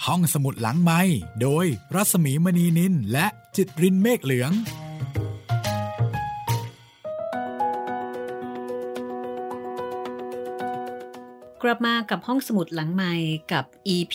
ห้องสมุดหลังไมค์โดยรัศมีมณีนินและจิตรินเมฆเหลืองกลับมากับห้องสมุดหลังไมค์กับ EP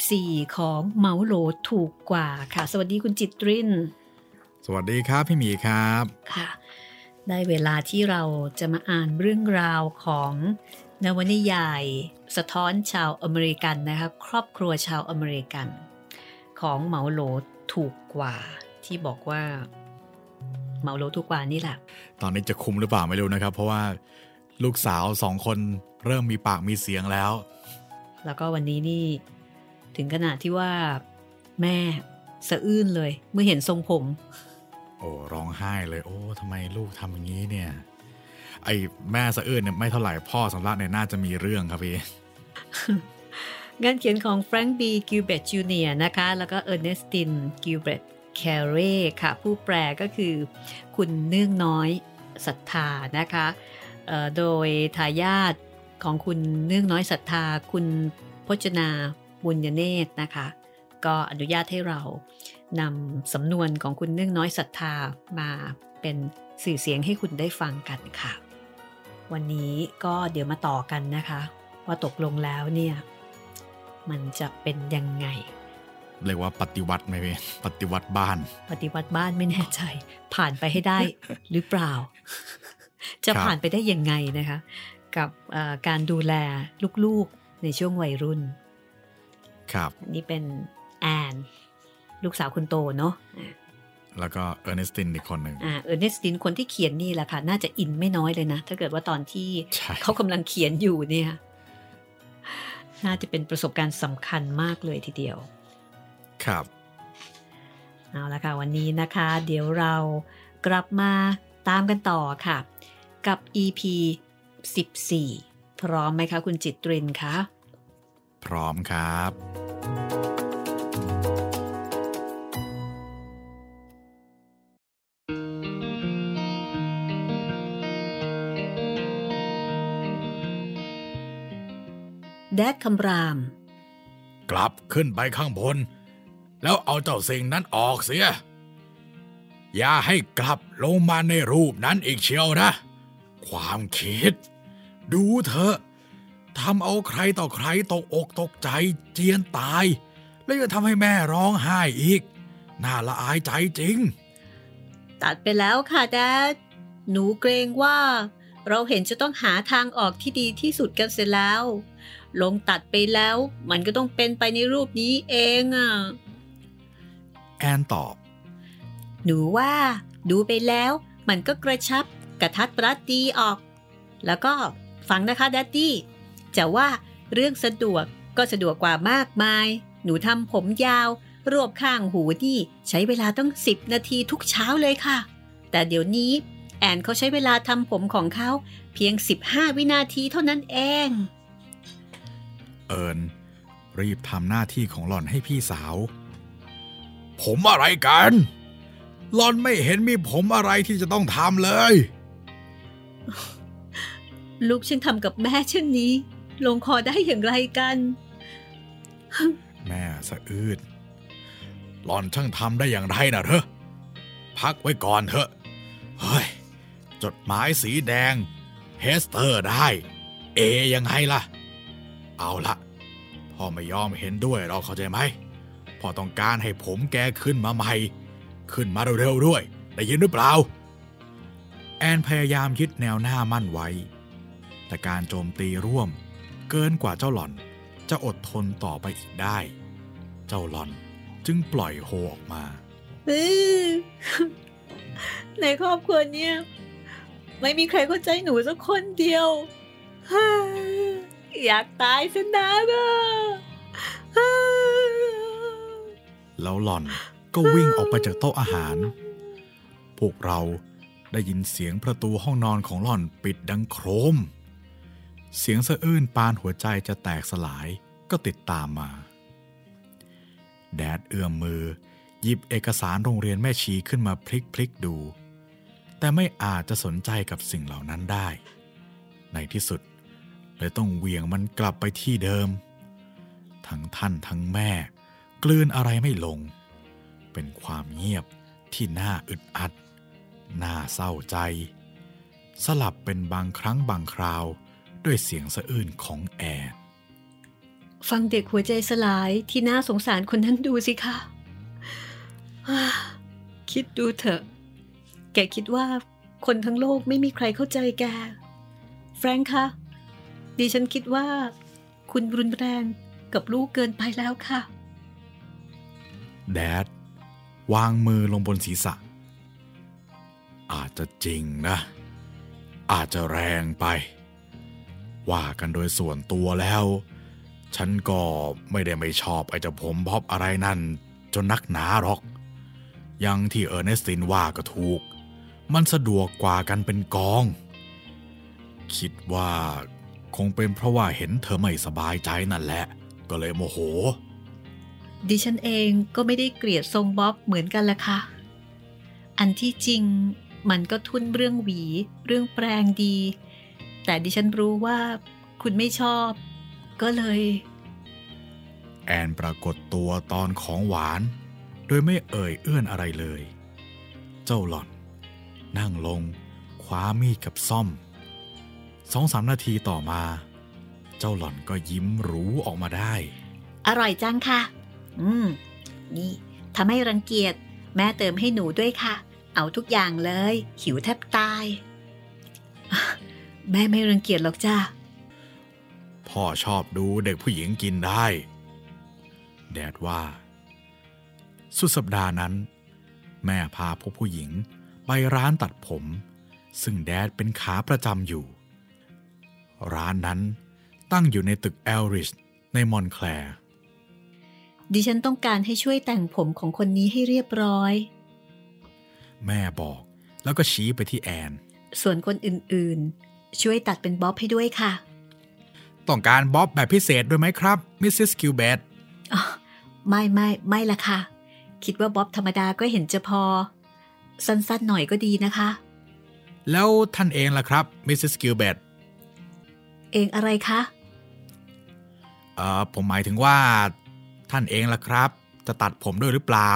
14ของเมาโหลถูกกว่าค่ะสวัสดีคุณจิตรินสวัสดีครับพี่หมีครับค่ะได้เวลาที่เราจะมาอ่านเรื่องราวของนวนิยายสะท้อนชาวอเมริกันนะคะครอบครัวชาวอเมริกันของเมาโหลถูกกว่าที่บอกว่าเมาโหลถูกกว่านี่แหละตอนนี้จะคุมหรือเปล่าไม่รู้นะครับเพราะว่าลูกสาว2คนเริ่มมีปากมีเสียงแล้วก็วันนี้นี่ถึงขนาดที่ว่าแม่สะอื้นเลยเมื่อเห็นทรงผมโอ้ร้องไห้เลยโอ้ทำไมลูกทำอย่างนี้เนี่ยไอ้แม่สะอื้นเนี่ยไม่เท่าไหร่พ่อสำลักเนี่ยน่าจะมีเรื่องครับพี่งานเขียนของแฟรงค์บีกิลเบตจูเนียร์นะคะแล้วก็เออร์เนสตินกิลเบตแคเร่ค่ะผู้แปลก็คือคุณเนื่องน้อยศรัทธานะคะโดยทายาทของคุณเนื่องน้อยศรัทธาคุณพจนาบุญญเนตรนะคะก็อนุญาตให้เรานำสำนวนของคุณเนื่องน้อยศรัทธามาเป็นสื่อเสียงให้คุณได้ฟังกันค่ะวันนี้ก็เดี๋ยวมาต่อกันนะคะว่าตกลงแล้วเนี่ยมันจะเป็นยังไงเรียกว่าปฏิวัติไหมพี่ปฏิวัติบ้านไม่แน่ใจผ่านไปให้ได้ หรือเปล่า จะผ่านไปได้ยังไงนะคะกับการดูแลลูกๆในช่วงวัยรุ่นครับนี่เป็นแอนลูกสาวคุณโตเนาะแล้วก็เออร์เนสตินอีกคนหนึ่งเออร์เนสตินคนที่เขียนนี่แหละค่ะน่าจะอินไม่น้อยเลยนะถ้าเกิดว่าตอนที่เขากำลังเขียนอยู่เนี่ยน่าจะเป็นประสบการณ์สำคัญมากเลยทีเดียวครับเอาละค่ะวันนี้นะคะเดี๋ยวเรากลับมาตามกันต่อค่ะกับ EP 14พร้อมไหมคะคุณจิตรินคะพร้อมครับแดดคำรามกลับขึ้นไปข้างบนแล้วเอาเจ้าสิ่งนั้นออกเสียอย่าให้กลับลงมาในรูปนั้นอีกเชียวนะความคิดดูเถอะทำเอาใครต่อใครตกอกตกใจเจียนตายแล้วจะทำให้แม่ร้องไห้อีกน่าละอายใจจริงตัดไปแล้วค่ะแดดหนูเกรงว่าเราเห็นจะต้องหาทางออกที่ดีที่สุดกันเสียแล้วลงตัดไปแล้วมันก็ต้องเป็นไปในรูปนี้เองอ่ะแอนตอบหนูว่าดูไปแล้วมันก็กระชับกระทัดรัดดีออกแล้วก็ฟังนะคะดัดดี้จะว่าเรื่องสะดวกก็สะดวกกว่ามากมายหนูทำผมยาวรวบข้างหูนี่ใช้เวลาต้อง10 นาทีทุกเช้าเลยค่ะแต่เดี๋ยวนี้แอนเขาใช้เวลาทำผมของเขาเพียง15 วินาทีเท่านั้นเองเอิญรีบทำหน้าที่ของหล่อนให้พี่สาวผมอะไรกันหล่อนไม่เห็นมีผมอะไรที่จะต้องทำเลยลูกฉันทำกับแม่เช่นนี้ลงคอได้อย่างไรกันแม่สะอื้นหล่อนช่างทำได้อย่างไรนะเธอพักไว้ก่อนเถอะเฮ้ยจดหมายสีแดงเฮสเตอร์ได้ยังไงล่ะเอาละพ่อไม่ยอมเห็นด้วยเราเข้าใจไหมพ่อต้องการให้ผมแกขึ้นมาใหม่ขึ้นมาเร็วๆด้วยได้ยินหรือเปล่าแอนพยายามยึดแนวหน้ามั่นไว้แต่การโจมตีร่วมเกินกว่าเจ้าหล่อนจะอดทนต่อไปอีกได้เจ้าหล่อนจึงปล่อยโฮออกมาในครอบครัวเนี่ยไม่มีใครเข้าใจหนูสักคนเดียวอยากตายซะนะแล้วหล่อนก็วิ่งออกไปจากโต๊ะอาหารพวกเราได้ยินเสียงประตูห้องนอนของหล่อนปิดดังโครมเสียงสะอื้นปานหัวใจจะแตกสลายก็ติดตามมาแดดเอื้อมมือหยิบเอกสารโรงเรียนแม่ชีขึ้นมาพลิกดูแต่ไม่อาจจะสนใจกับสิ่งเหล่านั้นได้ในที่สุดเลยต้องเหวี่ยงมันกลับไปที่เดิมทั้งท่านทั้งแม่กลืนอะไรไม่ลงเป็นความเงียบที่น่าอึดอัดน่าเศร้าใจสลับเป็นบางครั้งบางคราวด้วยเสียงสะอื้นของแอนฟังเด็กหัวใจสลายที่น่าสงสารคนนั้นดูสิคะคิดดูเถอะแกคิดว่าคนทั้งโลกไม่มีใครเข้าใจแกแฟรงค์คะดิฉันคิดว่าคุณรุนแรงกับลูกเกินไปแล้วค่ะแดดวางมือลงบนศีรษะอาจจะจริงนะอาจจะแรงไปว่ากันโดยส่วนตัวแล้วฉันก็ไม่ชอบไอ้เจ้าผมบ๊อบอะไรนั่นจนนักหนาหรอกอย่างที่เออร์เนสตินว่าก็ถูกมันสะดวกกว่ากันเป็นกองคิดว่าคงเป็นเพราะว่าเห็นเธอไม่สบายใจนั่นแหละก็เลยโมโหดิฉันเองก็ไม่ได้เกลียดทรงบ๊อบเหมือนกันละค่ะอันที่จริงมันก็ทุ่นเรื่องหวีเรื่องแปรงดีแต่ดิฉันรู้ว่าคุณไม่ชอบก็เลยแอนปรากฏตัวตอนของหวานโดยไม่เอ่ยเอื้อนอะไรเลยเจ้าหล่อนนั่งลงคว้ามีดกับซ่อม 2-3 นาทีต่อมาเจ้าหล่อนก็ยิ้มรู้ออกมาได้อร่อยจังค่ะนี่ทำให้รังเกียจแม่เติมให้หนูด้วยค่ะเอาทุกอย่างเลยหิวแทบตายแม่ไม่รังเกียจหรอกจ้าพ่อชอบดูเด็กผู้หญิงกินได้แดดว่าสุดสัปดาห์นั้นแม่พาพวกผู้หญิงไปร้านตัดผมซึ่งแดดเป็นขาประจำอยู่ร้านนั้นตั้งอยู่ในตึกแอลริชในมอนแคลร์ดิฉันต้องการให้ช่วยแต่งผมของคนนี้ให้เรียบร้อยแม่บอกแล้วก็ชี้ไปที่แอนส่วนคนอื่นๆช่วยตัดเป็นบ๊อบให้ด้วยค่ะต้องการบ๊อบแบบพิเศษด้วยไหมครับมิสซิสคิวเบตไม่ละค่ะคิดว่าบ๊อบธรรมดาก็เห็นจะพอสั้นๆหน่อยก็ดีนะคะแล้วท่านเองล่ะครับมิสซิสคิวเบตเองอะไรคะผมหมายถึงว่าท่านเองล่ะครับจะตัดผมด้วยหรือเปล่า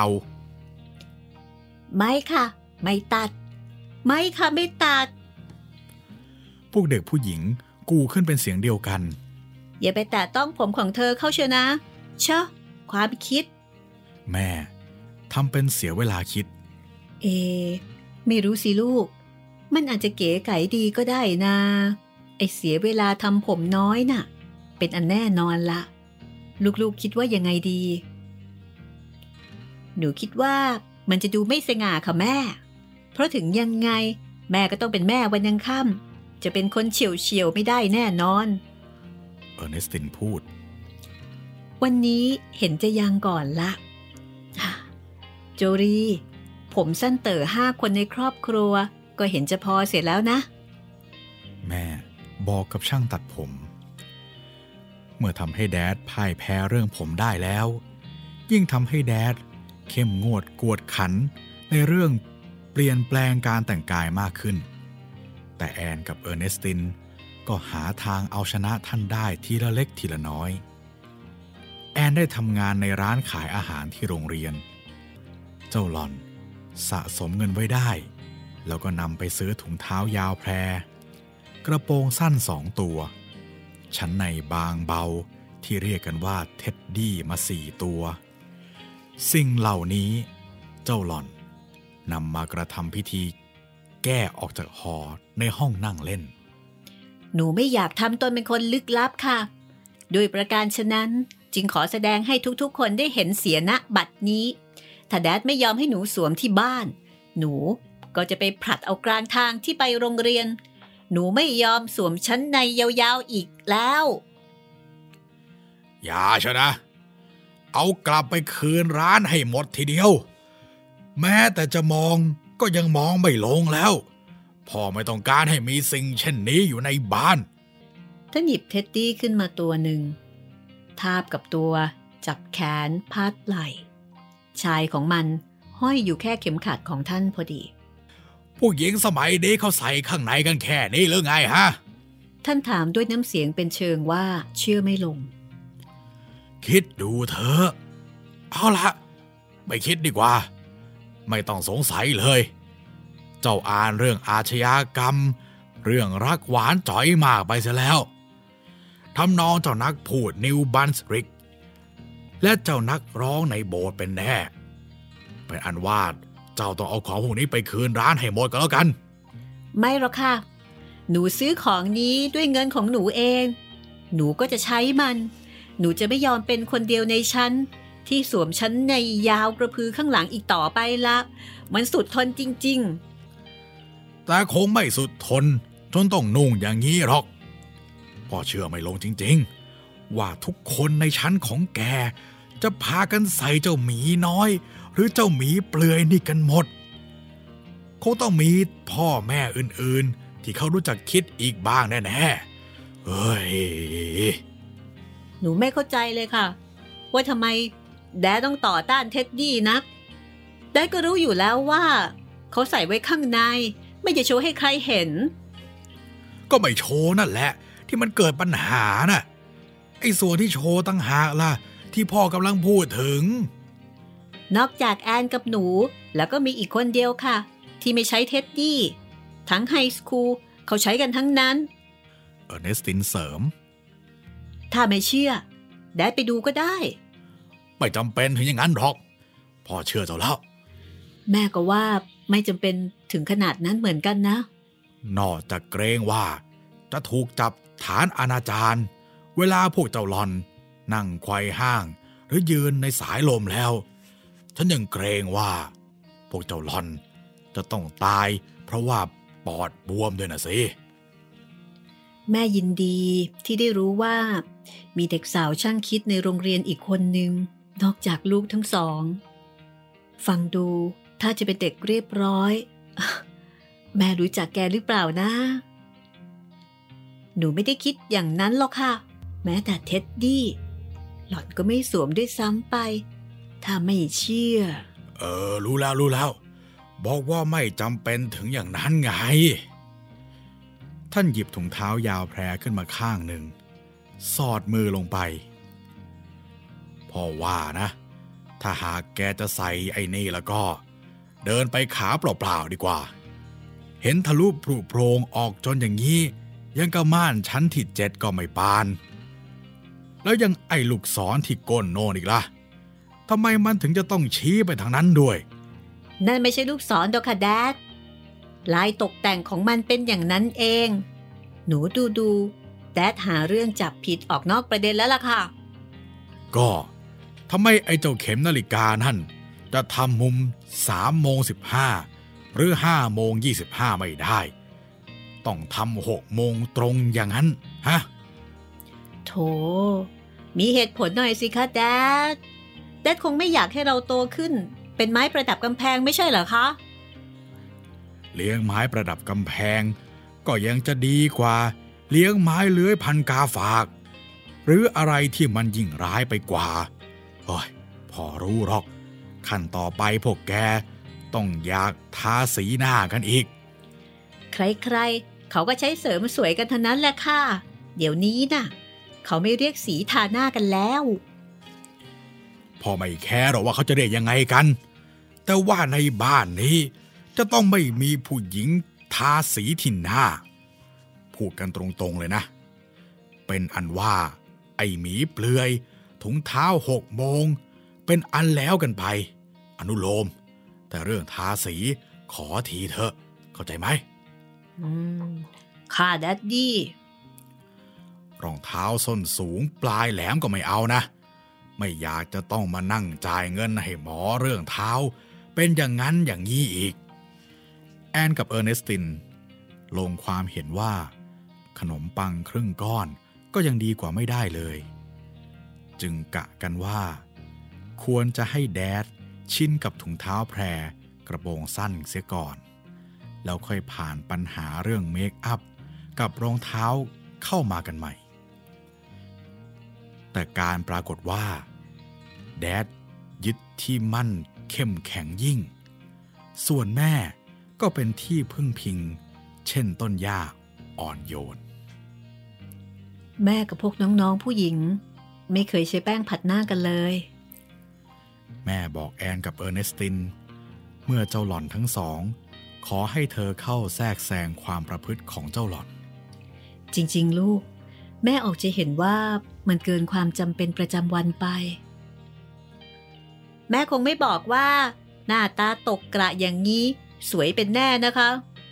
ไม่ค่ะไม่ตัดไม่ค่ะไม่ตัดพวกเด็กผู้หญิงกูขึ้นเป็นเสียงเดียวกันอย่าไปแตะต้องผมของเธอเข้าเชียวนะเชอะความคิดแม่ทำเป็นเสียเวลาคิดไม่รู้สิลูกมันอาจจะเก๋ไก๋ดีก็ได้นะไอเสียเวลาทำผมน้อยน่ะเป็นอันแน่นอนละลูกๆคิดว่ายังไงดีหนูคิดว่ามันจะดูไม่สง่าค่ะแม่เพราะถึงยังไงแม่ก็ต้องเป็นแม่วันยังค่ำจะเป็นคนเฉียวไม่ได้แน่นอนเออร์เนสตินพูดวันนี้เห็นจะยังก่อนละโจรีผมสั้นเต๋อ5 คนในครอบครัวก็เห็นจะพอเสร็จแล้วนะแม่บอกกับช่างตัดผมเมื่อทำให้แดดพ่ายแพ้เรื่องผมได้แล้วยิ่งทำให้แดดเข้มงวดกวดขันในเรื่องเปลี่ยนแปลงการแต่งกายมากขึ้นแต่แอนกับเออร์เนสตินก็หาทางเอาชนะท่านได้ทีละเล็กทีละน้อยแอนได้ทำงานในร้านขายอาหารที่โรงเรียนเจ้าหล่อนสะสมเงินไว้ได้แล้วก็นำไปซื้อถุงเท้ายาวแพรกระโปรงสั้น2 ตัวชั้นในบางเบาที่เรียกกันว่าเท็ดดี้มา4 ตัวสิ่งเหล่านี้เจ้าหล่อนนำมากระทำพิธีแก้ออกจากหอในห้องนั่งเล่นหนูไม่อยากทำตนเป็นคนลึกลับค่ะโดยประการฉะนั้นจึงขอแสดงให้ทุกๆคนได้เห็นเสียณบัดนี้ถ้าแดดไม่ยอมให้หนูสวมที่บ้านหนูก็จะไปผลัดเอากลางทางที่ไปโรงเรียนหนูไม่ยอมสวมชั้นในยาวๆอีกแล้วอย่าเชนะเอากลับไปคืนร้านให้หมดทีเดียวแม้แต่จะมองก็ยังมองไม่ลงแล้วพ่อไม่ต้องการให้มีสิ่งเช่นนี้อยู่ในบ้านท่านหยิบเท็ดดี้ขึ้นมาตัวหนึ่งทาบกับตัวจับแขนพาดไหล่ชายของมันห้อยอยู่แค่เข็มขัดของท่านพอดีผู้หญิงสมัยนี้เขาใส่ข้างในกันแค่นี้หรือไงฮะท่านถามด้วยน้ำเสียงเป็นเชิงว่าเชื่อไม่ลงคิดดูเถอะเอาละไม่คิดดีกว่าไม่ต้องสงสัยเลยเจ้าอ่านเรื่องอาชญากรรมเรื่องรักหวานจ๋อยมากไปเสียแล้วทำนองเจ้านักพูดนิวบันสริกและเจ้านักร้องในโบสถ์เป็นแน่เป็นอันว่าเจ้าต้องเอาของพวกนี้ไปคืนร้านให้หมดก็แล้วกันไม่หรอกค่ะหนูซื้อของนี้ด้วยเงินของหนูเองหนูก็จะใช้มันหนูจะไม่ยอมเป็นคนเดียวในชั้นที่สวมชั้นในยาวกระพือข้างหลังอีกต่อไปละมันสุดทนจริงๆแต่คงไม่สุดทนจนต้องนุ่งอย่างนี้หรอกพ่อเชื่อไม่ลงจริงๆว่าทุกคนในชั้นของแกจะพากันใส่เจ้าหมีน้อยหรือเจ้าหมีเปลือยนี่กันหมดคงต้องมีพ่อแม่อื่นๆที่เขารู้จักคิดอีกบ้างแน่ๆเฮ้ยหนูไม่เข้าใจเลยค่ะว่าทำไมแดดต้องต่อต้านเท็ดดี้นักแดดก็รู้อยู่แล้วว่าเขาใส่ไว้ข้างในไม่จะโชว์ให้ใครเห็นก็ไม่โชว์นั่นแหละที่มันเกิดปัญหาน่ะไอ้ส่วนที่โชว์ตั้งหากล่ะที่พ่อกำลังพูดถึงนอกจากแอนกับหนูแล้วก็มีอีกคนเดียวค่ะที่ไม่ใช้เท็ดดี้ทั้งไฮสคูลเขาใช้กันทั้งนั้นเออร์เนสตินเสริมถ้าไม่เชื่อแดดไปดูก็ได้ไม่จำเป็นถึงอย่างนั้นหรอกพ่อเชื่อเจ้าแล้วแม่ก็ว่าไม่จำเป็นถึงขนาดนั้นเหมือนกันนะนอกจากเกรงว่าจะถูกจับฐานอนาจารเวลาพวกเจ้าหลอนนั่งไขว่ห้างหรือยืนในสายลมแล้วฉันยังเกรงว่าพวกเจ้าหลอนจะต้องตายเพราะว่าปอดบวมด้วยนะสิแม่ยินดีที่ได้รู้ว่ามีเด็กสาวช่างคิดในโรงเรียนอีกคนนึงนอกจากลูกทั้งสองฟังดูถ้าจะเป็นเด็กเรียบร้อยแม่รู้จักแกหรือเปล่านะหนูไม่ได้คิดอย่างนั้นหรอกค่ะแม้แต่เท็ดดี้หล่อนก็ไม่สวมด้วยซ้ำไปถ้าไม่เชื่อรู้แล้วบอกว่าไม่จำเป็นถึงอย่างนั้นไงท่านหยิบถุงเท้ายาวแพรขึ้นมาข้างหนึ่งสอดมือลงไปพ่อว่านะถ้าหากแกจะใส่ไอ้นี่แล้วก็เดินไปขาเปล่าๆดีกว่าเห็นทะลุผุโพรงออกจนอย่างนี้ยังกระม่านชั้นที่7ก็ไม่ปานแล้วยังไอ้ลูกศรที่ก้นโน่นอีกล่ะทำไมมันถึงจะต้องชี้ไปทางนั้นด้วยนั่นไม่ใช่ลูกศรดอกค่ะแดดลายตกแต่งของมันเป็นอย่างนั้นเองหนูดูแดดหาเรื่องจับผิดออกนอกประเด็นแล้วล่ะค่ะก็ทำไมไอ้เจ้าเข็มนาฬิกานั่นจะทำมุม3:15หรือ5:25ไม่ได้ต้องทำ6 โมงตรงอย่างนั้นฮะโธ่มีเหตุผลหน่อยสิคะแดดคงไม่อยากให้เราโตขึ้นเป็นไม้ประดับกำแพงไม่ใช่เหรอคะเลี้ยงไม้ประดับกำแพงก็ยังจะดีกว่าเลี้ยงไม้เลื้อยพันกาฝากหรืออะไรที่มันยิ่งร้ายไปกว่าโอ้ยพอรู้หรอกขั้นต่อไปพวกแกต้องอยากทาสีหน้ากันอีกใครๆเขาก็ใช้เสริมสวยกันทั้งนั้นแหละค่ะเดี๋ยวนี้น่ะเขาไม่เรียกสีทาหน้ากันแล้วพ่อไม่แคร์หรอกว่าเขาจะเรียกยังไงกันแต่ว่าในบ้านนี้จะต้องไม่มีผู้หญิงทาสีที่หน้าพูดกันตรงๆเลยนะเป็นอันว่าไอ้หมีเปลือยถุงเท้า6 โมงเป็นอันแล้วกันไปอนุโลมแต่เรื่องทาสีขอทีเถอะเข้าใจไหมค่ะแดดดี้รองเท้าส้นสูงปลายแหลมก็ไม่เอานะไม่อยากจะต้องมานั่งจ่ายเงินให้หมอเรื่องเท้าเป็นอย่างนั้นอย่างนี้อีกแอนกับเออร์เนสตินลงความเห็นว่าขนมปังครึ่งก้อนก็ยังดีกว่าไม่ได้เลยจึงกะกันว่าควรจะให้แดดชินกับถุงเท้าแพรกระโปรงสั้นเสียก่อนแล้วค่อยผ่านปัญหาเรื่องเมคอัพกับรองเท้าเข้ามากันใหม่แต่การปรากฏว่าแดดยึดที่มั่นเข้มแข็งยิ่งส่วนแม่ก็เป็นที่พึ่งพิงเช่นต้นหญ้าอ่อนโยนแม่กับพวกน้องๆผู้หญิงไม่เคยใช้แป้งผัดหน้ากันเลยแม่บอกแอนกับเออร์เนสตินเมื่อเจ้าหล่อนทั้งสองขอให้เธอเข้าแทรกแซงความประพฤติของเจ้าหล่อนจริงๆลูกแม่ออกจะเห็นว่ามันเกินความจำเป็นประจำวันไปแม่คงไม่บอกว่าหน้าตาตกกระอย่างนี้สวยเป็นแน่นะคะ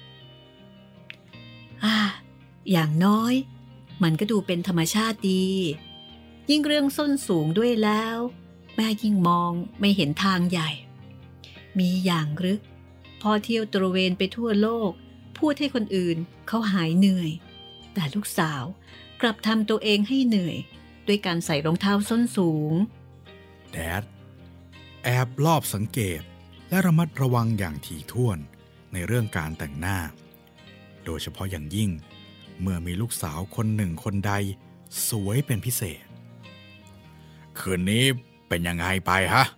อย่างน้อยมันก็ดูเป็นธรรมชาติดียิ่งเรื่องส้นสูงด้วยแล้วแม่ยิ่งมองไม่เห็นทางใหญ่มีอย่างหรือพอเที่ยวตระเวนไปทั่วโลกพูดให้คนอื่นเขาหายเหนื่อยแต่ลูกสาวกลับทำตัวเองให้เหนื่อยด้วยการใส่รองเท้าส้นสูงแดดแอบลอบสังเกตและระมัดระวังอย่างถี่ถ้วนในเรื่องการแต่งหน้าโดยเฉพาะอย่างยิ่งเมื่อมีลูกสาวคนหนึ่งคนใดสวยเป็นพิเศษคืนนี้เป็นยังไงไปฮะ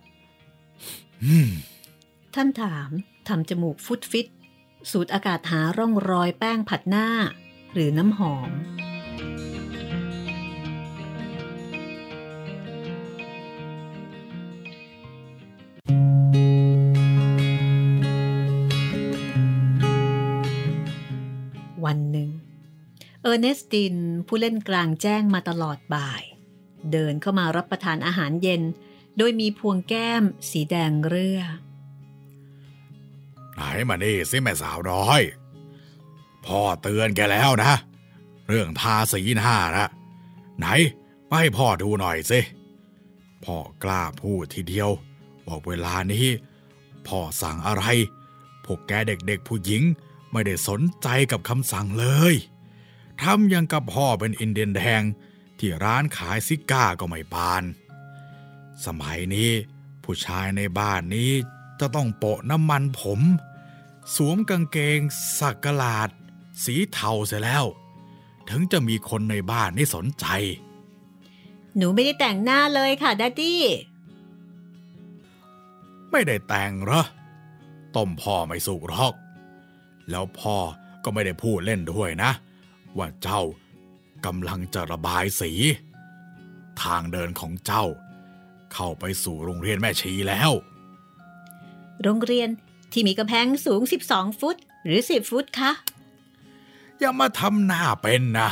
ท่านถามทำจมูกฟุดฟิตสูดอากาศหาร่องรอยแป้งผัดหน้าหรือน้ำหอมวันหนึ่งเออร์เนสตินผู้เล่นกลางแจ้งมาตลอดบ่ายเดินเข้ามารับประทานอาหารเย็นโดยมีพวงแก้มสีแดงเรื่อไหนมานี่สิแม่สาวน้อยพ่อเตือนแกแล้วนะเรื่องทาสีหน้านะไหนไปให้พ่อดูหน่อยสิพ่อกล้าพูดทีเดียวว่าเวลานี้พ่อสั่งอะไรพวกแกเด็กๆผู้หญิงไม่ได้สนใจกับคำสั่งเลยทำยังกับพ่อเป็นอินเดียนแดงที่ร้านขายซิก้าก็ไม่ปานสมัยนี้ผู้ชายในบ้านนี้จะต้องโปะน้ำมันผมสวมกางเกงสักหลาดสีเทาเสียแล้วถึงจะมีคนในบ้านนี่สนใจหนูไม่ได้แต่งหน้าเลยค่ะดัดดี้ไม่ได้แต่งเหรอต้มพ่อไม่สุกหรอกแล้วพ่อก็ไม่ได้พูดเล่นด้วยนะว่าเจ้ากำลังจะระบายสีทางเดินของเจ้าเข้าไปสู่โรงเรียนแม่ชีแล้วโรงเรียนที่มีกำแพงสูง12ฟุตหรือ10ฟุตคะอย่ามาทำหน้าเป็นนะ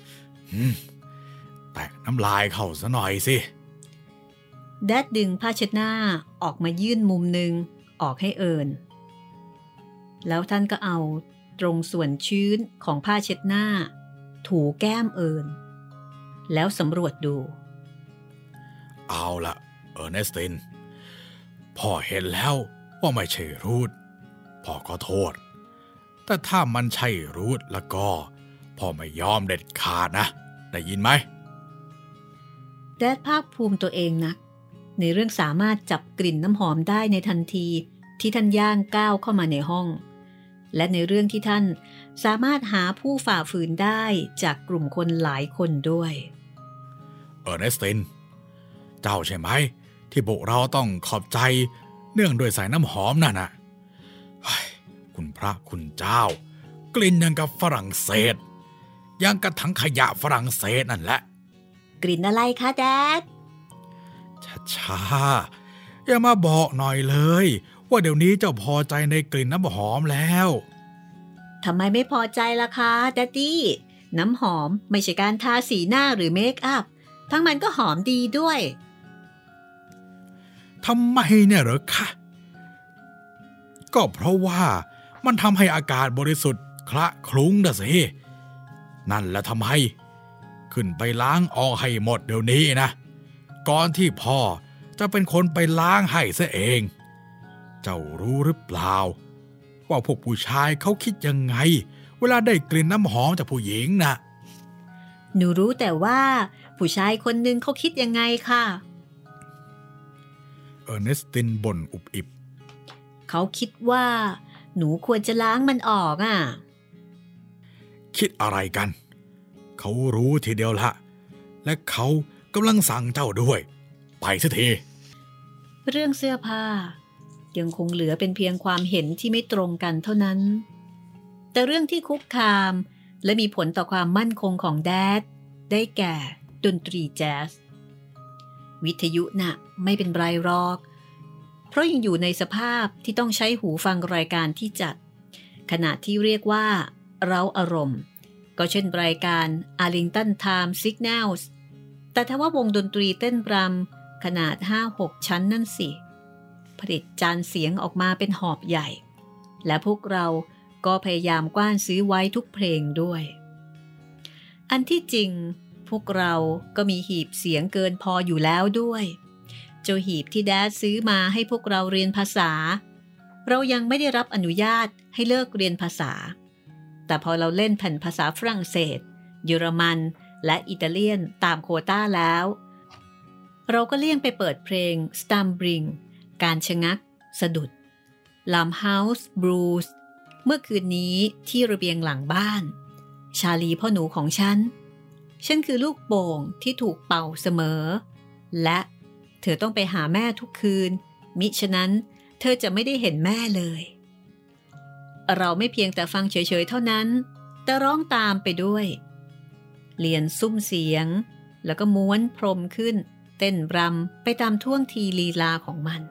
แตะน้ำลายเข้าซะหน่อยสิแดดดึงผ้าเช็ดหน้าออกมายื่นมุมหนึ่งออกให้เอิญแล้วท่านก็เอาตรงส่วนชื้นของผ้าเช็ดหน้าถูแก้มเอิญแล้วสำรวจดูเอาละเออร์เนสตินพ่อเห็นแล้วว่าไม่ใช่รูทพ่อขอโทษแต่ถ้ามันใช่รูทแล้วก็พ่อไม่ยอมเด็ดขาดนะได้ยินไหมแดดภาคภูมิตัวเองนักในเรื่องสามารถจับกลิ่นน้ำหอมได้ในทันทีที่ท่านย่างก้าวเข้ามาในห้องและในเรื่องที่ท่านสามารถหาผู้ฝ่าฝืนได้จากกลุ่มคนหลายคนด้วยเออร์เนสตินเจ้าใช่ไหมที่พวกเราต้องขอบใจเนื่องด้วยสายน้ำหอมนั่นน่ะคุณพระคุณเจ้ากลิ่นยังกับฝรั่งเศสยังกับถังขยะฝรั่งเศสนั่นแหละกลิ่นอะไรคะแดดช้าๆอย่ามาบอกหน่อยเลยว่าเดี๋ยวนี้เจ้าพอใจในกลิ่นน้ำหอมแล้วทำไมไม่พอใจล่ะคะแดดดี้น้ำหอมไม่ใช่การทาสีหน้าหรือเมคอัพทั้งมันก็หอมดีด้วยทำไมเนี่ยเหรอคะก็เพราะว่ามันทำให้อากาศบริสุทธิ์คละคลุ้งนะสินั่นแหละทำไมขึ้นไปล้างออกให้หมดเดี๋ยวนี้นะก่อนที่พ่อจะเป็นคนไปล้างให้ซะเองเจ้ารู้หรือเปล่าว่าพวกผู้ชายเขาคิดยังไงเวลาได้กลิ่นน้ำหอมจากผู้หญิงนะหนูรู้แต่ว่าผู้ชายคนหนึ่งเขาคิดยังไงค่ะเออร์เนสตินบ่นอุบอิบเขาคิดว่าหนูควรจะล้างมันออกอ่ะคิดอะไรกันเขารู้ทีเดียวละและเขากำลังสั่งเจ้าด้วยไปสักทีเรื่องเสื้อผ้ายังคงเหลือเป็นเพียงความเห็นที่ไม่ตรงกันเท่านั้นแต่เรื่องที่คุกคามและมีผลต่อความมั่นคงของแดดได้แก่ดนตรีแจ๊สวิทยุน่ะไม่เป็นไรหรอกเพราะยังอยู่ในสภาพที่ต้องใช้หูฟังรายการที่จัดขณะที่เรียกว่าเร้าอารมณ์ก็เช่นรายการ Arlington Time Signals แต่ถ้าว่าวงดนตรีเต้นรำขนาด 5-6 ชั้นนั่นสิผลิตจานเสียงออกมาเป็นหอบใหญ่และพวกเราก็พยายามกว้านซื้อไว้ทุกเพลงด้วยอันที่จริงพวกเราก็มีหีบเสียงเกินพออยู่แล้วด้วยเจ้าหีบที่แดดซื้อมาให้พวกเราเรียนภาษาเรายังไม่ได้รับอนุญาตให้เลิกเรียนภาษาแต่พอเราเล่นแผ่นภาษาฝรั่งเศสเยอรมันและอิตาเลียนตามโควต้าแล้วเราก็เลี่ยงไปเปิดเพลง Stumbling การชะงักสะดุด Lumhouse Blues เมื่อคืนนี้ที่ระเบียงหลังบ้านชาลีพ่อหนูของฉันคือลูกโป่งที่ถูกเป่าเสมอและเธอต้องไปหาแม่ทุกคืนมิฉะนั้นเธอจะไม่ได้เห็นแม่เลยเราไม่เพียงแต่ฟังเฉยๆเท่านั้นแต่ร้องตามไปด้วยเรียนซุ้มเสียงแล้วก็ม้วนพรมขึ้นเต้นรำไปตามท่วงทีลีลาของมัน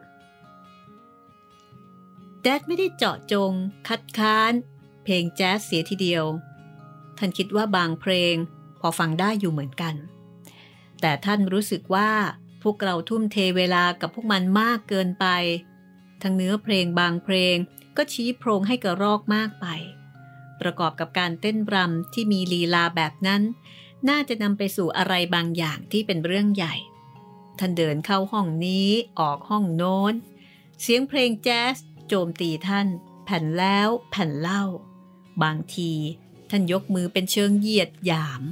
แดดไม่ได้เจาะจงคัดค้านเพลงแจ๊สเสียทีเดียวท่านคิดว่าบางเพลงพอฟังได้อยู่เหมือนกันแต่ท่านรู้สึกว่าพวกเราทุ่มเทเวลากับพวกมันมากเกินไปทั้งเนื้อเพลงบางเพลงก็ชี้โพรงให้กระรอกมากไปประกอบกับการเต้นรำที่มีลีลาแบบนั้นน่าจะนำไปสู่อะไรบางอย่างที่เป็นเรื่องใหญ่ท่านเดินเข้าห้องนี้ออกห้องโน้นเสียงเพลงแจ๊สโจมตีท่านแผ่นแล้วแผ่นเล่าบางทีท่านยกมือเป็นเชิงเหยียดหยาม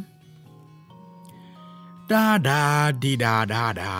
ดาดาดีดาดาดา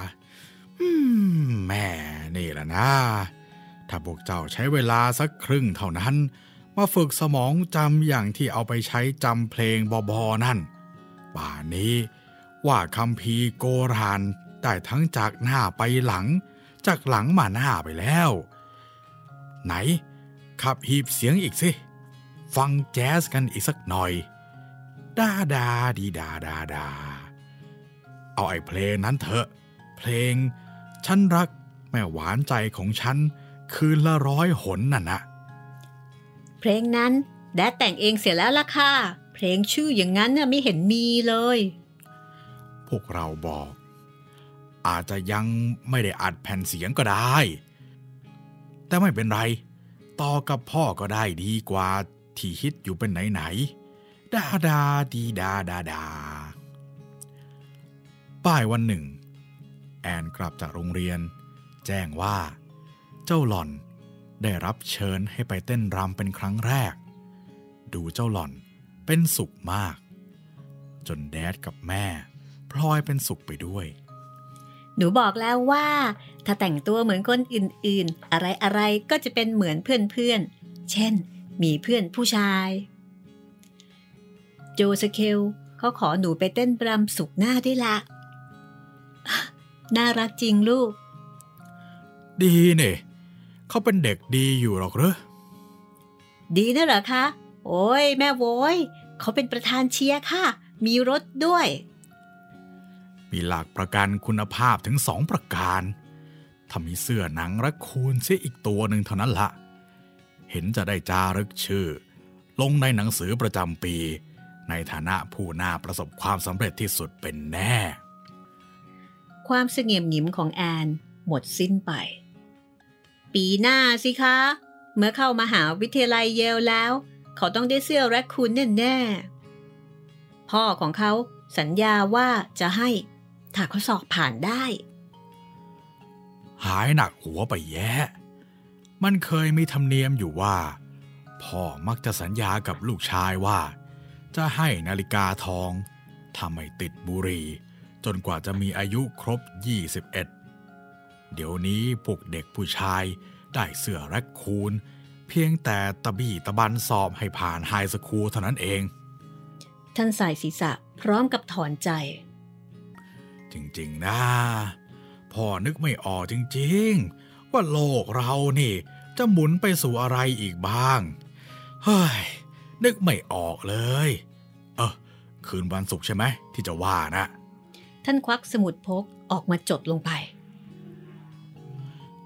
แม่นี่แหละนะถ้าพวกเจ้าใช้เวลาสักครึ่งเท่านั้นมาฝึกสมองจำอย่างที่เอาไปใช้จำเพลงบอนั่นป่านนี้ว่าคัมภีร์โกรานได้ทั้งจากหน้าไปหลังจากหลังมาหน้าไปแล้วไหนขับหีบเสียงอีกสิฟังแจ๊สกันอีกสักหน่อยดาดาดีดาดาดาเอาไอ้เพลงนั้นเถอะเพลงฉันรักแม่หวานใจของฉันคืนละ100 หนน่ะนะเพลงนั้นแดดแต่งเองเสียแล้วล่ะค่ะเพลงชื่ออย่างนั้นน่ะไม่เห็นมีเลยพวกเราบอกอาจจะยังไม่ได้อัดแผ่นเสียงก็ได้แต่ไม่เป็นไรต่อกับพ่อก็ได้ดีกว่าที่ฮิตอยู่เป็นไหนดาดาดีดาดาดาป้ายวันหนึ่งแอนกลับจากโรงเรียนแจ้งว่าเจ้าหล่อนได้รับเชิญให้ไปเต้นรำเป็นครั้งแรกดูเจ้าหล่อนเป็นสุขมากจนแดดกับแม่พลอยเป็นสุขไปด้วยหนูบอกแล้วว่าถ้าแต่งตัวเหมือนคนอื่นๆอะไรๆก็จะเป็นเหมือนเพื่อนๆเช่นมีเพื่อนผู้ชายโจสเคลเขาขอหนูไปเต้นรำสุขหน้าด้วยละน่ารักจริงลูกดีเนี่ยเขาเป็นเด็กดีอยู่หรอกเหรอดีนะเหรอคะโอ้ยแม่โว้ยเขาเป็นประธานเชียร์ค่ะมีรถด้วยมีหลักประกันคุณภาพถึง2 ประการถ้ามีเสื้อหนังแรคคูนเสียอีกตัวหนึ่งเท่านั้นละเห็นจะได้จารึกชื่อลงในหนังสือประจำปีในฐานะผู้น่าประสบความสำเร็จที่สุดเป็นแน่ความเสงี่ยมหงิมของแอนหมดสิ้นไปปีหน้าสิคะเมื่อเข้ามหาวิทยาลัยเยลแล้วเขาต้องได้เสื้อแรคคูนแน่ๆพ่อของเขาสัญญาว่าจะให้ถ้าเขาสอบผ่านได้หายหนักหัวไปแย่มันเคยมีธรรมเนียมอยู่ว่าพ่อมักจะสัญญากับลูกชายว่าจะให้นาฬิกาทองถ้าไม่ติดบุหรี่จนกว่าจะมีอายุครบ21เดี๋ยวนี้พวกเด็กผู้ชายได้เสื้อแรคคูนเพียงแต่ตะบี้ตะบันสอบให้ผ่านไฮสคูลเท่านั้นเองท่านสายศีรษะพร้อมกับถอนใจจริงๆนะพ่อนึกไม่ออกจริงๆว่าโลกเรานี่จะหมุนไปสู่อะไรอีกบ้างเฮ้ยนึกไม่ออกเลยคืนวันศุกร์ใช่ไหมที่จะว่านะท่านควักสมุดพกออกมาจดลงไปเอา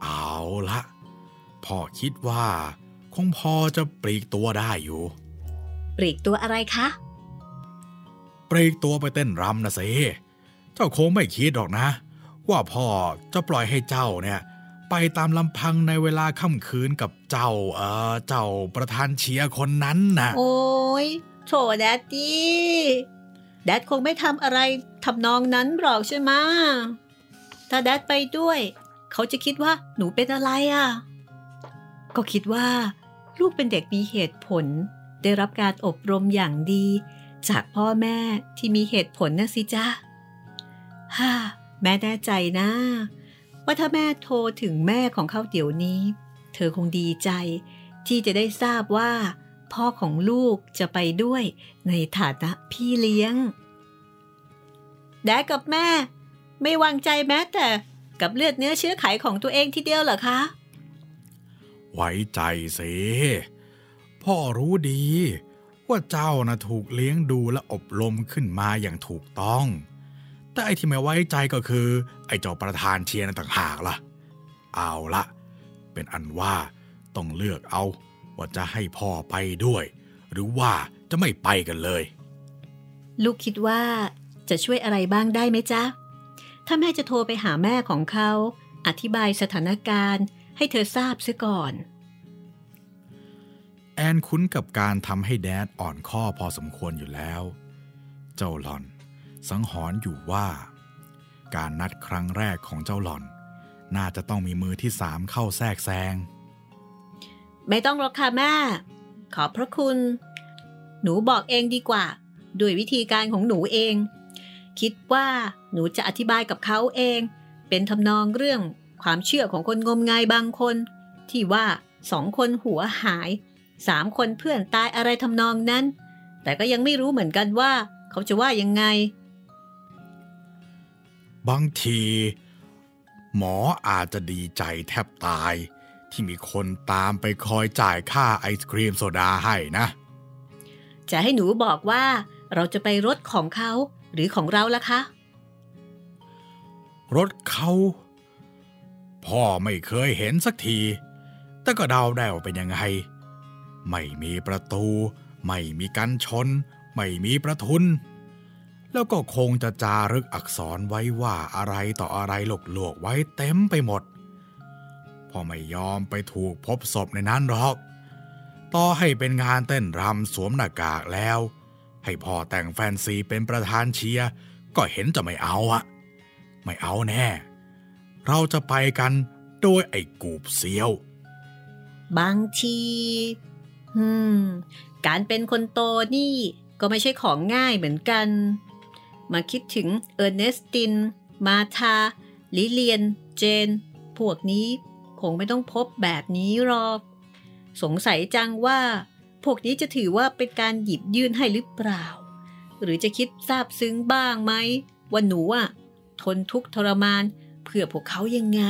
ละพ่อคิดว่าคงพอจะปลีกตัวได้อยู่ปลีกตัวอะไรคะปลีกตัวไปเต้นรำนะสิเจ้าคงไม่คิดหรอกนะว่าพ่อจะปล่อยให้เจ้าเนี่ยไปตามลำพังในเวลาค่ำคืนกับเจ้าประธานเชียร์คนนั้นนะโอ้ยโถแดดดี้แดดคงไม่ทำอะไรทำนองนั้นหรอกใช่ไหมถ้าแดดไปด้วยเขาจะคิดว่าหนูเป็นอะไรอ่ะก็คิดว่าลูกเป็นเด็กมีเหตุผลได้รับการอบรมอย่างดีจากพ่อแม่ที่มีเหตุผลนะสิจ๊ะแม่แน่ใจนะว่าถ้าแม่โทรถึงแม่ของเขาเดี๋ยวนี้เธอคงดีใจที่จะได้ทราบว่าพ่อของลูกจะไปด้วยในฐานะพี่เลี้ยงแดดกับแม่ไม่วางใจแม้แต่กับเลือดเนื้อเชื้อไขของตัวเองทีเดียวเหรอคะไว้ใจสิพ่อรู้ดีว่าเจ้านะถูกเลี้ยงดูและอบรมขึ้นมาอย่างถูกต้องแต่ไอ้ที่ไม่ไว้ใจก็คือไอ้เจ้าประธานเชียร์นั่นต่างหากล่ะเอาละเป็นอันว่าต้องเลือกเอาว่าจะให้พ่อไปด้วยหรือว่าจะไม่ไปกันเลยลูกคิดว่าจะช่วยอะไรบ้างได้ไหมจ๊ะถ้าแม่จะโทรไปหาแม่ของเขาอธิบายสถานการณ์ให้เธอทราบเสียก่อนแอนคุ้นกับการทำให้แดดอ่อนข้อพอสมควรอยู่แล้วเจ้าหล่อนสังหรณ์อยู่ว่าการนัดครั้งแรกของเจ้าหล่อนน่าจะต้องมีมือที่3เข้าแทรกแซงไม่ต้องหรอกค่ะแม่ขอบพระคุณหนูบอกเองดีกว่าด้วยวิธีการของหนูเองคิดว่าหนูจะอธิบายกับเขาเองเป็นทำนองเรื่องความเชื่อของคนงมงายบางคนที่ว่า2 คนหัวหาย3 คนเพื่อนตายอะไรทำนองนั้นแต่ก็ยังไม่รู้เหมือนกันว่าเขาจะว่ายังไงบางทีหมออาจจะดีใจแทบตายที่มีคนตามไปคอยจ่ายค่าไอศกรีมโซดาให้นะจะให้หนูบอกว่าเราจะไปรถของเขาหรือของเราล่ะคะรถเขาพ่อไม่เคยเห็นสักทีแต่ก็เดาได้ว่าเป็นยังไงไม่มีประตูไม่มีกันชนไม่มีประทุนแล้วก็คงจะจารึกอักษรไว้ว่าอะไรต่ออะไรหลวกๆไว้เต็มไปหมดพ่อไม่ยอมไปถูกพบศพในนั้นหรอกต่อให้เป็นงานเต้นรำสวมหน้ากากแล้วให้พ่อแต่งแฟนซีเป็นประธานเชียร์ก็เห็นจะไม่เอาไม่เอาแน่เราจะไปกันโดยไอ้กูบเซียวบางทีการเป็นคนโตนี่ก็ไม่ใช่ของง่ายเหมือนกันมาคิดถึงเออร์เนสตินมาธาลิเลียนเจนพวกนี้คงไม่ต้องพบแบบนี้หรอกสงสัยจังว่าพวกนี้จะถือว่าเป็นการหยิบยื่นให้หรือเปล่าหรือจะคิดซาบซึ้งบ้างไหมว่าหนูทนทุกข์ทรมานเพื่อพวกเขายังไง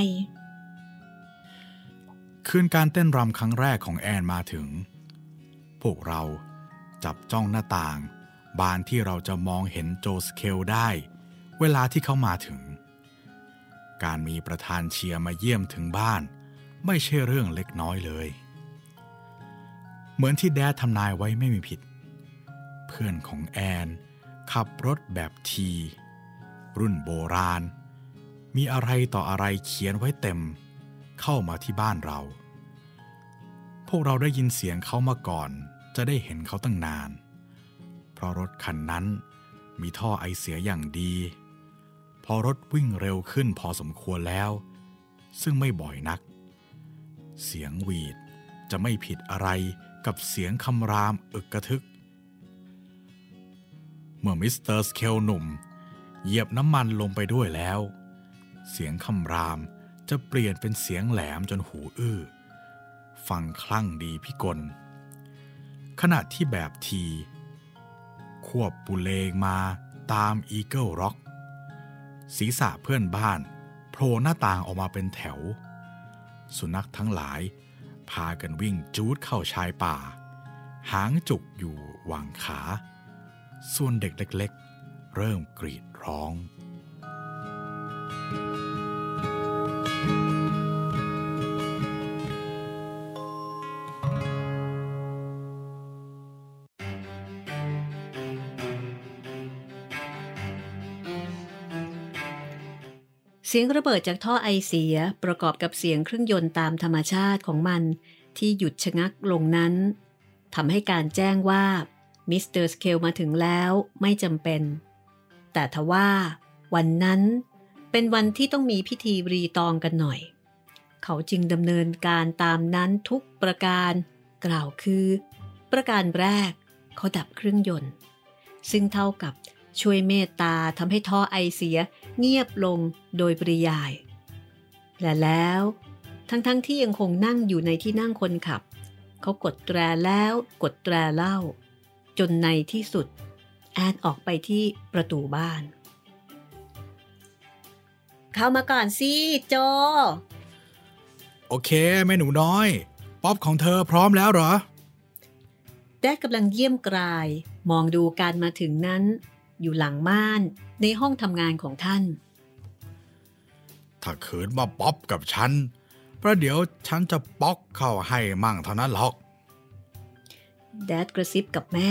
คืนการเต้นรำครั้งแรกของแอนมาถึงพวกเราจับจ้องหน้าต่างบานที่เราจะมองเห็นโจสเคลได้เวลาที่เขามาถึงการมีประธานเชียร์มาเยี่ยมถึงบ้านไม่ใช่เรื่องเล็กน้อยเลยเหมือนที่แดดทำนายไว้ไม่มีผิดเพื่อนของแอนขับรถแบบทีรุ่นโบราณมีอะไรต่ออะไรเขียนไว้เต็มเข้ามาที่บ้านเราพวกเราได้ยินเสียงเขามาก่อนจะได้เห็นเขาตั้งนานเพราะรถคันนั้นมีท่อไอเสียอย่างดีพอรถวิ่งเร็วขึ้นพอสมควรแล้วซึ่งไม่บ่อยนักเสียงหวีดจะไม่ผิดอะไรกับเสียงคำรามอึกกระทึกเมื่อมิสเตอร์สเคลหนุ่มเหยียบน้ำมันลงไปด้วยแล้วเสียงคำรามจะเปลี่ยนเป็นเสียงแหลมจนหูอื้อฟังคลั่งดีพิกลขณะที่แบบทีควบปุเลงมาตามอีเกิลร็อกศีรษะเพื่อนบ้านโผล่หน้าต่างออกมาเป็นแถวสุนัขทั้งหลายพากันวิ่งจูดเข้าชายป่าหางจุกอยู่วางขาส่วนเด็กเล็กๆเริ่มกรีดร้องเสียงระเบิดจากท่อไอเสียประกอบกับเสียงเครื่องยนต์ตามธรรมชาติของมันที่หยุดชะงักลงนั้นทำให้การแจ้งว่ามิสเตอร์สเคลมาถึงแล้วไม่จำเป็นแต่ทว่าวันนั้นเป็นวันที่ต้องมีพิธีรีตองกันหน่อยเขาจึงดำเนินการตามนั้นทุกประการกล่าวคือประการแรกเขาดับเครื่องยนต์ซึ่งเท่ากับช่วยเมตตาทำให้ท่อไอเสียเงียบลงโดยปริยายและแล้วทั้งที่ยังคงนั่งอยู่ในที่นั่งคนขับเขากดแตรแล้วกดแตรเล่าจนในที่สุดแอนออกไปที่ประตูบ้านเข้ามาก่อนสิโจโอเคแม่หนูน้อยป๊อปของเธอพร้อมแล้วเหรอแดดกำลังเยี่ยมกรายมองดูการมาถึงนั้นอยู่หลังม่านในห้องทำงานของท่านถ้าขืนมาป๊อปกับฉันประเดี๋ยวฉันจะป๊อกเข้าให้มั่งเท่านั้นหรอกแดดกระซิบกับแม่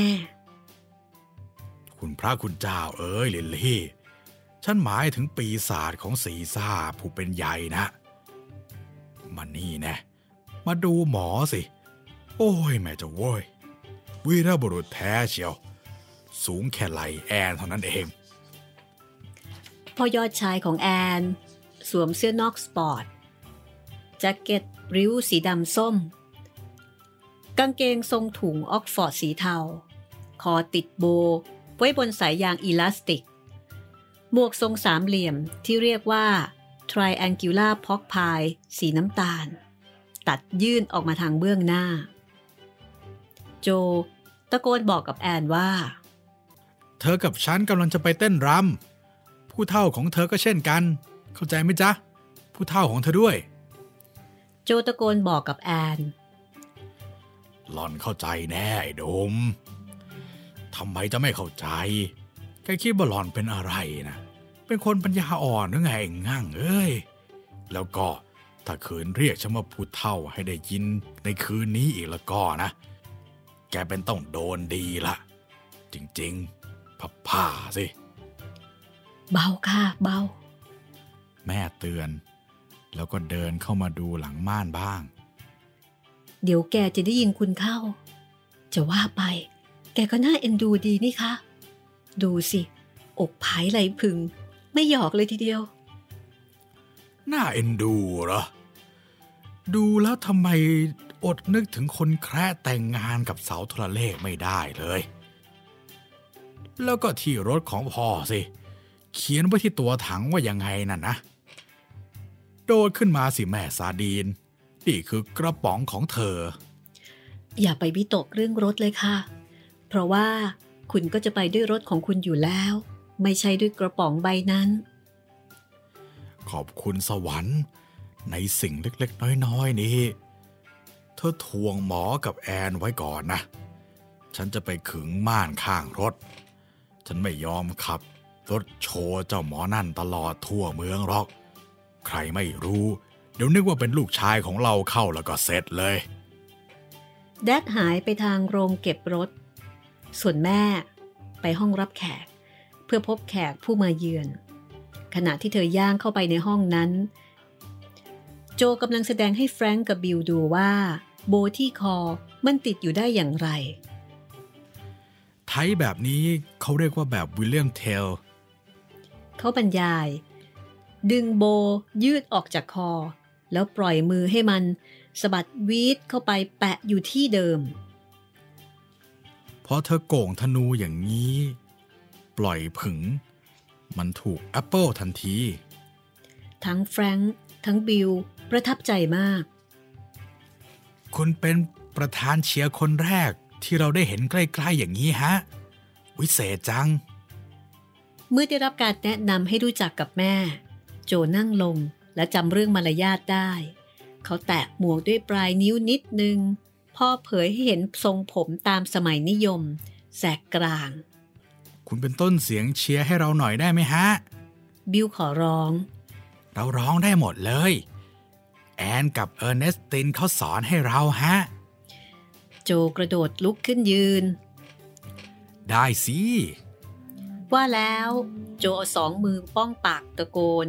คุณพระคุณเจ้าเอ๋ยลิลลี่ฉันหมายถึงปีศาจของซีซ่าผู้เป็นใหญ่นะมานี่แน่มาดูหมอสิโอ้ยแม่เจ้าโว้ยวีรบุรุษแท้เชียวสูงแค่ไหล่แอนเท่านั้นเองพ่อยอดชายของแอนสวมเสื้อนอกสปอร์ตแจ็คเก็ตริ้วสีดำส้มกางเกงทรงถุงออกฟอร์ดสีเทาคอติดโบไว้บนสายยางอีลาสติกหมวกทรงสามเหลี่ยมที่เรียกว่า Triangular Pork Pie สีน้ำตาลตัดยื่นออกมาทางเบื้องหน้าโจตะโกนบอกกับแอนว่าเธอกับฉันกำลังจะไปเต้นรำผู้เฒ่าของเธอก็เช่นกันเข้าใจไหมจ๊ะผู้เฒ่าของเธอด้วยโจตะโกนบอกกับแอนหล่อนเข้าใจแน่ไอ้ดมทำไมจะไม่เข้าใจแกคิดว่าหล่อนเป็นอะไรนะเป็นคนปัญญาอ่อนหรือไงง่างเอ้ยแล้วก็ถ้าคืนเรียกฉันว่าผู้เฒ่าให้ได้ยินในคืนนี้อีกแล้วก็นะแกเป็นต้องโดนดีละจริงๆผ่าสิเบาค่ะเบาแม่เตือนแล้วก็เดินเข้ามาดูหลังม่านบ้างเดี๋ยวแกจะได้ยินคุณเข้าจะว่าไปแกก็น่าเอ็นดูดีนี่คะดูสิอกผายไหลพึงไม่หยอกเลยทีเดียวน่าเอ็นดูเหรอดูแล้วทำไมอดนึกถึงคนแคระแต่งงานกับเสาโทรเลขไม่ได้เลยแล้วก็ที่รถของพ่อสิเขียนไว้ที่ตัวถังว่ายังไงน่ะนะโดดขึ้นมาสิแม่ซาดีนนี่คือกระป๋องของเธออย่าไปวิตกเรื่องรถเลยค่ะเพราะว่าคุณก็จะไปด้วยรถของคุณอยู่แล้วไม่ใช่ด้วยกระป๋องใบนั้นขอบคุณสวรรค์ในสิ่งเล็กๆน้อยๆนี้เธอทวงหมอกับแอนไว้ก่อนนะฉันจะไปขึงม่านข้างรถฉันไม่ยอมขับรถโชว์เจ้าหมอนั่นตลอดทั่วเมืองหรอกใครไม่รู้เดี๋ยวนึกว่าเป็นลูกชายของเราเข้าแล้วก็เสร็จเลยแดดหายไปทางโรงเก็บรถส่วนแม่ไปห้องรับแขกเพื่อพบแขกผู้มาเยือนขณะที่เธอย่างเข้าไปในห้องนั้นโจกำลังแสดงให้แฟรงก์กับบิลดูว่าโบที่คอมันติดอยู่ได้อย่างไรไทยแบบนี้เขาเรียกว่าแบบวิลเลียมเทลเขาบรรยายดึงโบยืดออกจากคอแล้วปล่อยมือให้มันสะบัดวีดเข้าไปแปะอยู่ที่เดิมพอเธอโก่งธนูอย่างนี้ปล่อยผึ่งมันถูกแอปเปิลทันทีทั้งแฟรงค์ทั้งบิลประทับใจมากคุณเป็นประธานเชียร์คนแรกที่เราได้เห็นใกล้ๆอย่างนี้ฮะวิเศษจังเมื่อได้รับการแนะนำให้รู้จักกับแม่โจนั่งลงและจำเรื่องมารยาทได้เขาแตะหมวกด้วยปลายนิ้วนิดนึงพ่อเผยให้เห็นทรงผมตามสมัยนิยมแสกกลางคุณเป็นต้นเสียงเชียร์ให้เราหน่อยได้ไหมฮะบิลขอร้องเราร้องได้หมดเลยแอนกับเออร์เนสตินเขาสอนให้เราฮะโจกระโดดลุกขึ้นยืนได้สิว่าแล้วโจเอา2 มือป้องปากตะโกน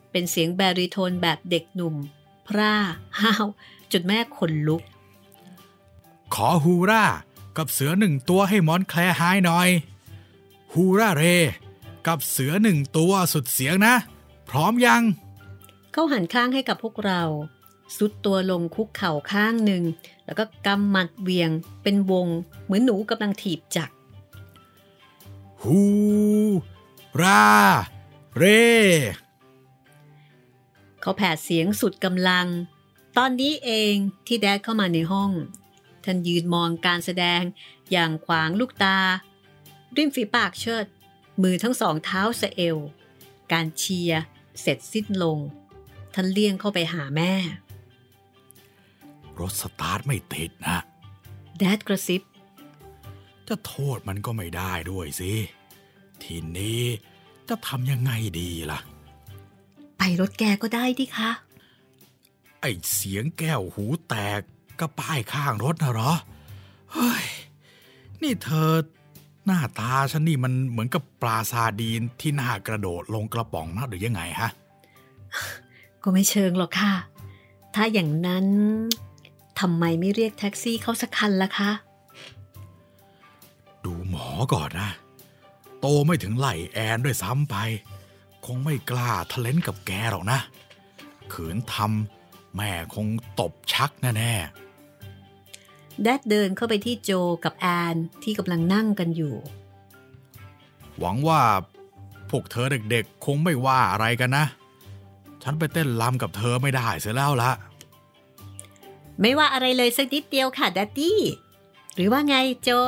เป็นเสียงแบริโทนแบบเด็กหนุ่มพร่าห้าวจนแม่ขนลุกขอฮูรากับเสือ1 ตัวให้มอนแคลร์ไฮหน่อยฮูราเรกับเสือ1 ตัวสุดเสียงนะพร้อมยังเขาหันข้างให้กับพวกเราซุดตัวลงคุกเข่าข้างหนึ่งแล้วก็กำหมัดเวียงเป็นวงเหมือนหนูกำลังถีบจักรฮูราเรเขาแผดเสียงสุดกำลังตอนนี้เองที่แดดเข้ามาในห้องท่านยืนมองการแสดงอย่างขวางลูกตาริมฝีปากเชิดมือทั้งสองเท้าสะเอวการเชียร์เสร็จสิ้นลงท่านเลี่ยงเข้าไปหาแม่รถสตาร์ทไม่ติดนะแดดกระซิบจะโทษมันก็ไม่ได้ด้วยสิทีนี้จะทำยังไงดีล่ะไปรถแกก็ได้ดิคะไอเสียงแก้วหูแตกก็ป้ายข้างรถนะเหรอเฮ้ยนี่เธอหน้าตาฉันนี่มันเหมือนกับปลาซาดีนที่หน้ากระโดดลงกระป๋องนะหรือยังไงฮะก็ไม่เชิงหรอกค่ะถ้าอย่างนั้นทำไมไม่เรียกแท็กซี่เขาสักคันล่ะคะดูหมอก่อนนะโตไม่ถึงไหล่แอนด้วยซ้ำไปคงไม่กล้าทะเลนกับแกหรอกนะขืนทำแม่คงตบชักแน่ๆแดดเดินเข้าไปที่โจกับแอนที่กำลังนั่งกันอยู่หวังว่าพวกเธอเด็กๆคงไม่ว่าอะไรกันนะฉันไปเต้นรำกับเธอไม่ได้เสียแล้วละไม่ว่าอะไรเลยสักนิดเดียวค่ะแดดดี้หรือว่าไงโจ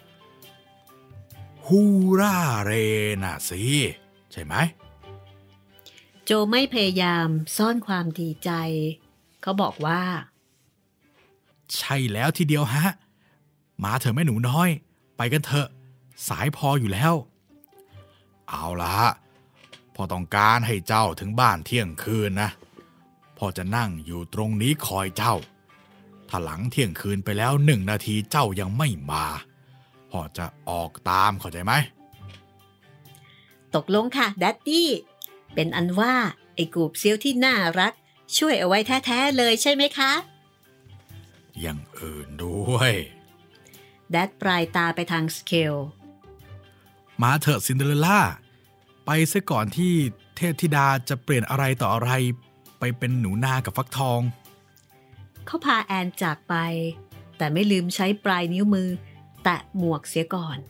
ฮูราเรน่ะสิใช่ไหมโจไม่พยายามซ่อนความดีใจเขาบอกว่าใช่แล้วทีเดียวฮะมาเถอะแม่หนูน้อยไปกันเถอะสายพออยู่แล้วเอาละพ่อต้องการให้เจ้าถึงบ้านเที่ยงคืนนะพ่อจะนั่งอยู่ตรงนี้คอยเจ้าถ้าหลังเที่ยงคืนไปแล้ว1 นาทีเจ้ายังไม่มาพ่อจะออกตามเข้าใจไหมตกลงค่ะแดดดี้เป็นอันว่าไอ้กูบเซียวที่น่ารักช่วยเอาไว้แท้ๆเลยใช่ไหมคะอย่างอื่นด้วยแดดปลายตาไปทางสเคลมาเถอะซินเดอเรลล่าไปซะก่อนที่เทพธิดาจะเปลี่ยนอะไรต่ออะไรไปเป็นหนูนากับฟักทองเขาพาแอนจากไปแต่ไม่ลืมใช้ปลายนิ้วมือแตะหมวกเสียก่อน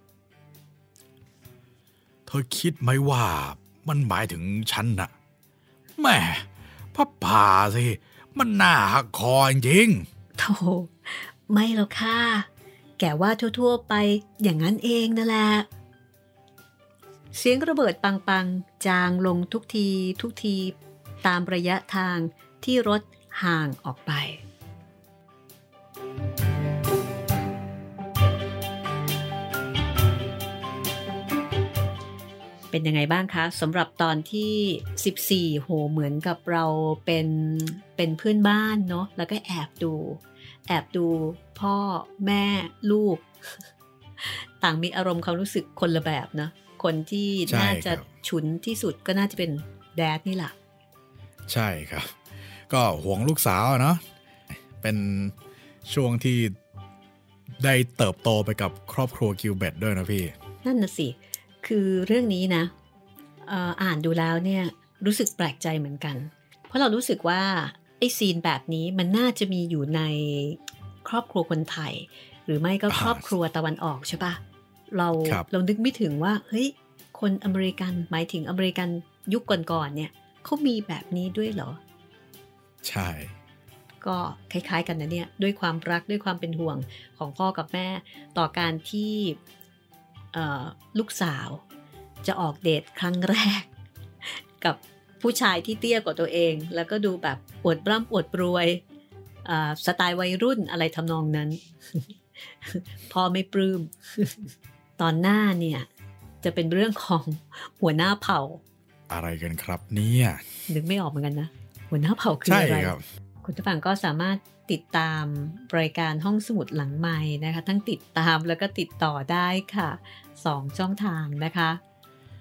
เธอคิดไหมว่ามันหมายถึงฉันน่ะแม่พ่อป่าสิมันน่าหักคอจริงโธ่ไม่หรอกค่ะแกว่าทั่วๆไปอย่างนั้นเองนั่นแหละเสียงระเบิดปังๆจางลงทุกทีตามระยะทางที่รถห่างออกไปเป็นยังไงบ้างคะสำหรับตอนที่14โหเหมือนกับเราเป็นเพื่อนบ้านเนาะแล้วก็แอบดูพ่อแม่ลูกต่างมีอารมณ์ความรู้สึกคนละแบบนะคนที่น่าจะฉุนที่สุดก็น่าจะเป็นแดดนี่แหละใช่ครับก็ห่วงลูกสาวเนาะเป็นช่วงที่ได้เติบโตไปกับครอบครัวกิลเบตด้วยนะพี่นั่นน่ะสิคือเรื่องนี้นะอ่านดูแล้วเนี่ยรู้สึกแปลกใจเหมือนกันเพราะเรารู้สึกว่าไอ้ซีนแบบนี้มันน่าจะมีอยู่ในครอบครัวคนไทยหรือไม่ก็ครอบครัวตะวันออกใช่ปะเรานึกไม่ถึงว่าเฮ้ยคนอเมริกันหมายถึงอเมริกันยุคก่อนๆเนี่ยเขามีแบบนี้ด้วยเหรอใช่ก็คล้ายๆกันนะเนี่ยด้วยความรักด้วยความเป็นห่วงของพ่อกับแม่ต่อการที่ลูกสาวจะออกเดทครั้งแรกกับผู้ชายที่เตี้ยกว่าตัวเองแล้วก็ดูแบบอวดร่ำอวดรวยสไตล์วัยรุ่นอะไรทำนองนั้น พ่อไม่ปลื้ม ตอนหน้าเนี่ยจะเป็นเรื่องของหัวหน้าเผ่าอะไรกันครับเนี่ยนึกไม่ออกเหมือนกันนะหัวหน้าเผ่าคืออะไรคุณผู้ฟังก็สามารถติดตามรายการห้องสมุดหลังไมค์นะคะทั้งติดตามแล้วก็ติดต่อได้ค่ะ2 ช่องทางนะคะ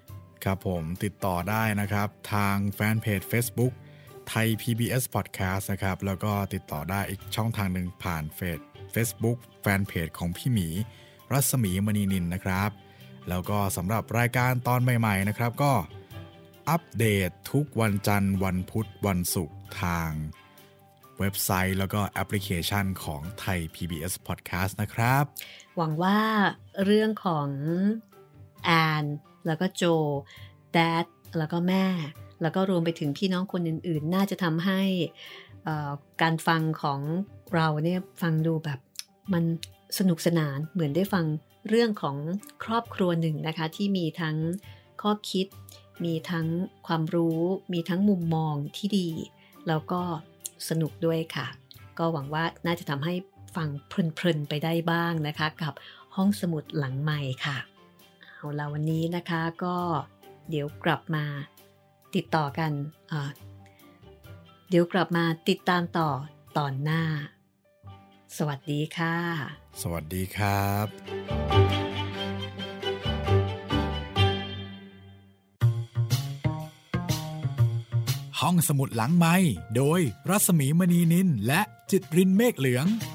ครับผมติดต่อได้นะครับทางแฟนเพจ Facebook ไทย PBS Podcast นะครับแล้วก็ติดต่อได้อีกช่องทางหนึ่งผ่านFacebook แฟนเพจของพี่หมีรัศมีมณีนินนะครับแล้วก็สำหรับรายการตอนใหม่ๆนะครับก็อัปเดตทุกวันจันทร์วันพุธวันศุกร์ทางเว็บไซต์แล้วก็แอปพลิเคชันของไทย PBS Podcast นะครับหวังว่าเรื่องของแอนแล้วก็โจแดดแล้วก็แม่แล้วก็รวมไปถึงพี่น้องคนอื่นๆน่าจะทำให้การฟังของเราเนี่ยฟังดูแบบมันสนุกสนานเหมือนได้ฟังเรื่องของครอบครัวหนึ่งนะคะที่มีทั้งข้อคิดมีทั้งความรู้มีทั้งมุมมองที่ดีแล้วก็สนุกด้วยค่ะก็หวังว่าน่าจะทำให้ฟังเพลินๆไปได้บ้างนะคะกับห้องสมุดหลังใหม่ค่ะเอาล่ะวันนี้นะคะก็เดี๋ยวกลับมาติดต่อกันเดี๋ยวกลับมาติดตามต่อตอนหน้าสวัสดีค่ะสวัสดีครับห้องสมุดหลังไมค์โดยรัศมีมณีนินและจิตรินเมฆเหลือง